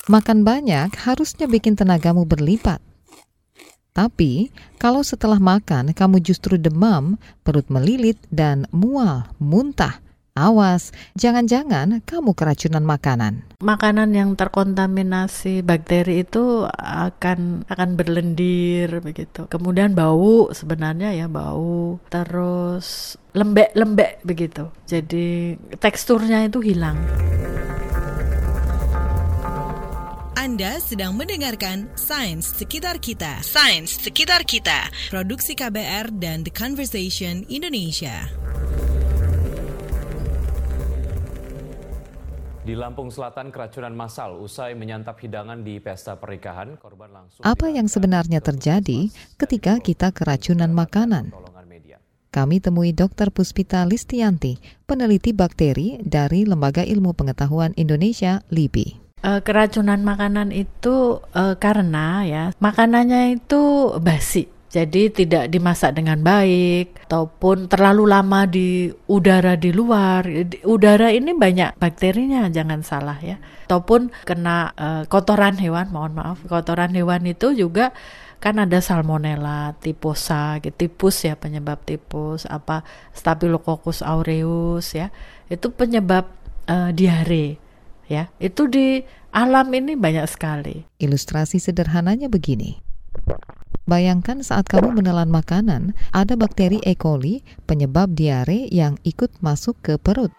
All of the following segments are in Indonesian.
Makan banyak harusnya bikin tenagamu berlipat. Tapi, kalau setelah makan kamu justru demam, perut melilit, dan mual, muntah, awas, jangan-jangan kamu keracunan makanan. Makanan yang terkontaminasi bakteri itu akan berlendir begitu. Kemudian bau, sebenarnya ya bau. Terus lembek-lembek begitu. Jadi teksturnya itu hilang. Anda sedang mendengarkan Sains Sekitar Kita. Sains Sekitar Kita. Produksi KBR dan The Conversation Indonesia. Di Lampung Selatan, keracunan massal usai menyantap hidangan di pesta pernikahan. Korban langsung. Apa yang sebenarnya terjadi ketika kita keracunan makanan? Kami temui Dr. Puspita Listianti, peneliti bakteri dari Lembaga Ilmu Pengetahuan Indonesia, LIPI. Keracunan makanan itu karena ya makanannya itu basi. Jadi tidak dimasak dengan baik ataupun terlalu lama di udara di luar. Udara ini banyak bakterinya, jangan salah ya. Ataupun kena kotoran hewan, kotoran hewan itu juga kan ada salmonella, tifosa, tipus ya, penyebab tipus, Staphylococcus aureus ya. Itu penyebab diare. Ya, itu di alam ini banyak sekali. Ilustrasi sederhananya begini. Bayangkan saat kamu menelan makanan, ada bakteri E. coli, penyebab diare yang ikut masuk ke perut.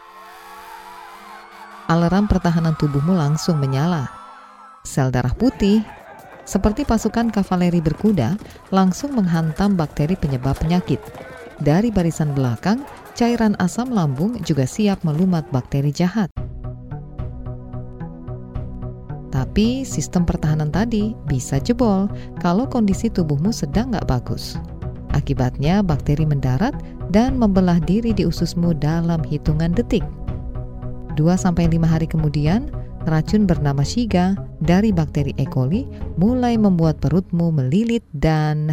Alarm pertahanan tubuhmu langsung menyala. Sel darah putih, seperti pasukan kavaleri berkuda, langsung menghantam bakteri penyebab penyakit. Dari barisan belakang, cairan asam lambung juga siap melumat bakteri jahat. Tapi sistem pertahanan tadi bisa jebol kalau kondisi tubuhmu sedang nggak bagus. Akibatnya bakteri mendarat dan membelah diri di ususmu dalam hitungan detik. 2-5 hari kemudian, racun bernama Shiga dari bakteri E. coli mulai membuat perutmu melilit dan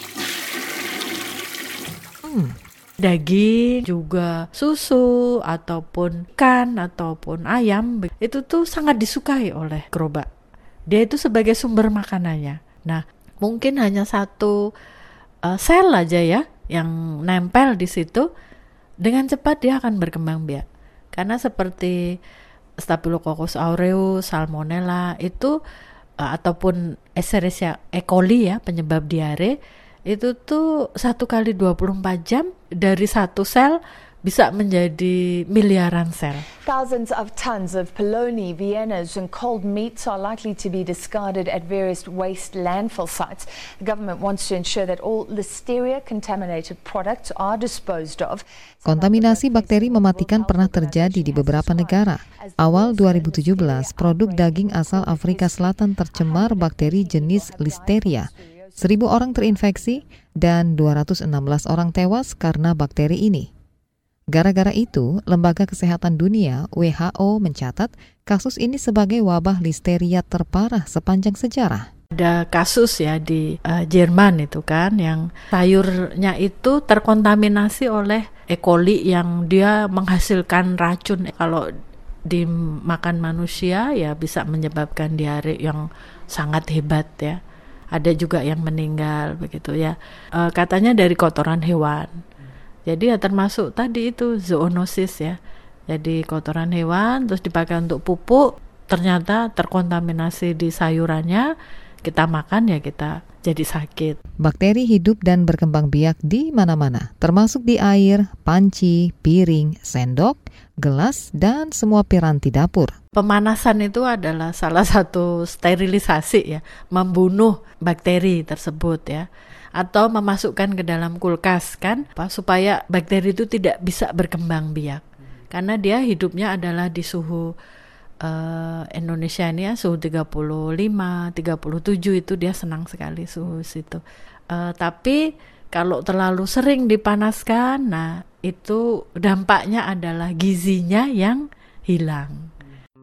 daging, juga susu, ataupun ikan, ataupun ayam, itu tuh sangat disukai oleh gerobak. Dia itu sebagai sumber makanannya. Nah, mungkin hanya satu sel aja ya yang nempel di situ, dengan cepat dia akan berkembang biak. Karena seperti Staphylococcus aureus, salmonella itu ataupun Escherichia E. coli ya, penyebab diare, itu tuh 1 kali 24 jam dari satu sel bisa menjadi miliaran sel. Thousands of tons of polony, Viennas and cold meats are likely to be discarded at various waste landfill sites. The government wants to ensure that all listeria-contaminated products are disposed of. Kontaminasi bakteri mematikan pernah terjadi di beberapa negara. Awal 2017, produk daging asal Afrika Selatan tercemar bakteri jenis Listeria. 1.000 orang terinfeksi dan 216 orang tewas karena bakteri ini. Gara-gara itu, Lembaga Kesehatan Dunia (WHO) mencatat kasus ini sebagai wabah listeria terparah sepanjang sejarah. Ada kasus ya di Jerman itu kan, yang sayurnya itu terkontaminasi oleh E. coli yang dia menghasilkan racun. Kalau dimakan manusia ya bisa menyebabkan diare yang sangat hebat ya. Ada juga yang meninggal begitu ya. Katanya dari kotoran hewan. Jadi ya termasuk tadi itu zoonosis ya. Jadi kotoran hewan terus dipakai untuk pupuk, ternyata terkontaminasi di sayurannya, kita makan ya kita jadi sakit. Bakteri hidup dan berkembang biak di mana-mana, termasuk di air, panci, piring, sendok, gelas, dan semua piranti dapur. Pemanasan itu adalah salah satu sterilisasi ya, membunuh bakteri tersebut ya, atau memasukkan ke dalam kulkas kan, supaya bakteri itu tidak bisa berkembang biak, karena dia hidupnya adalah di suhu Indonesia ini ya, suhu 35, 37 itu dia senang sekali suhu situ. Tapi kalau terlalu sering dipanaskan, nah itu dampaknya adalah gizinya yang hilang.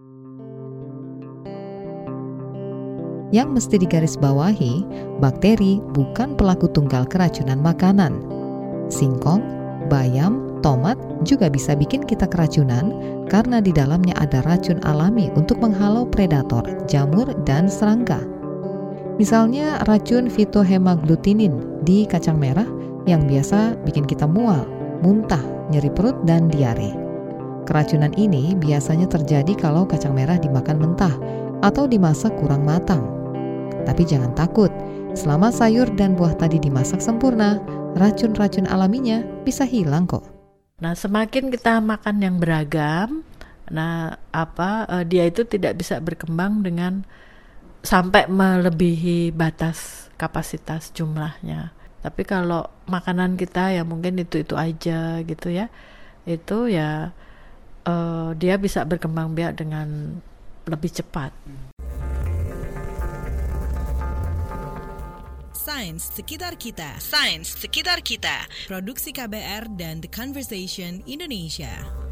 Yang mesti digarisbawahi, bakteri bukan pelaku tunggal keracunan makanan. Singkong, bayam, Tomat juga bisa bikin kita keracunan karena di dalamnya ada racun alami untuk menghalau predator, jamur, dan serangga. Misalnya racun phytohemaglutinin di kacang merah yang biasa bikin kita mual, muntah, nyeri perut, dan diare. Keracunan ini biasanya terjadi kalau kacang merah dimakan mentah atau dimasak kurang matang. Tapi jangan takut, selama sayur dan buah tadi dimasak sempurna, racun-racun alaminya bisa hilang kok. Nah, semakin kita makan yang beragam, dia itu tidak bisa berkembang dengan sampai melebihi batas kapasitas jumlahnya. Tapi kalau makanan kita ya mungkin itu aja gitu ya, itu ya dia bisa berkembang biak dengan lebih cepat. Sains Sekitar Kita. Sains Sekitar Kita. Produksi KBR dan The Conversation Indonesia.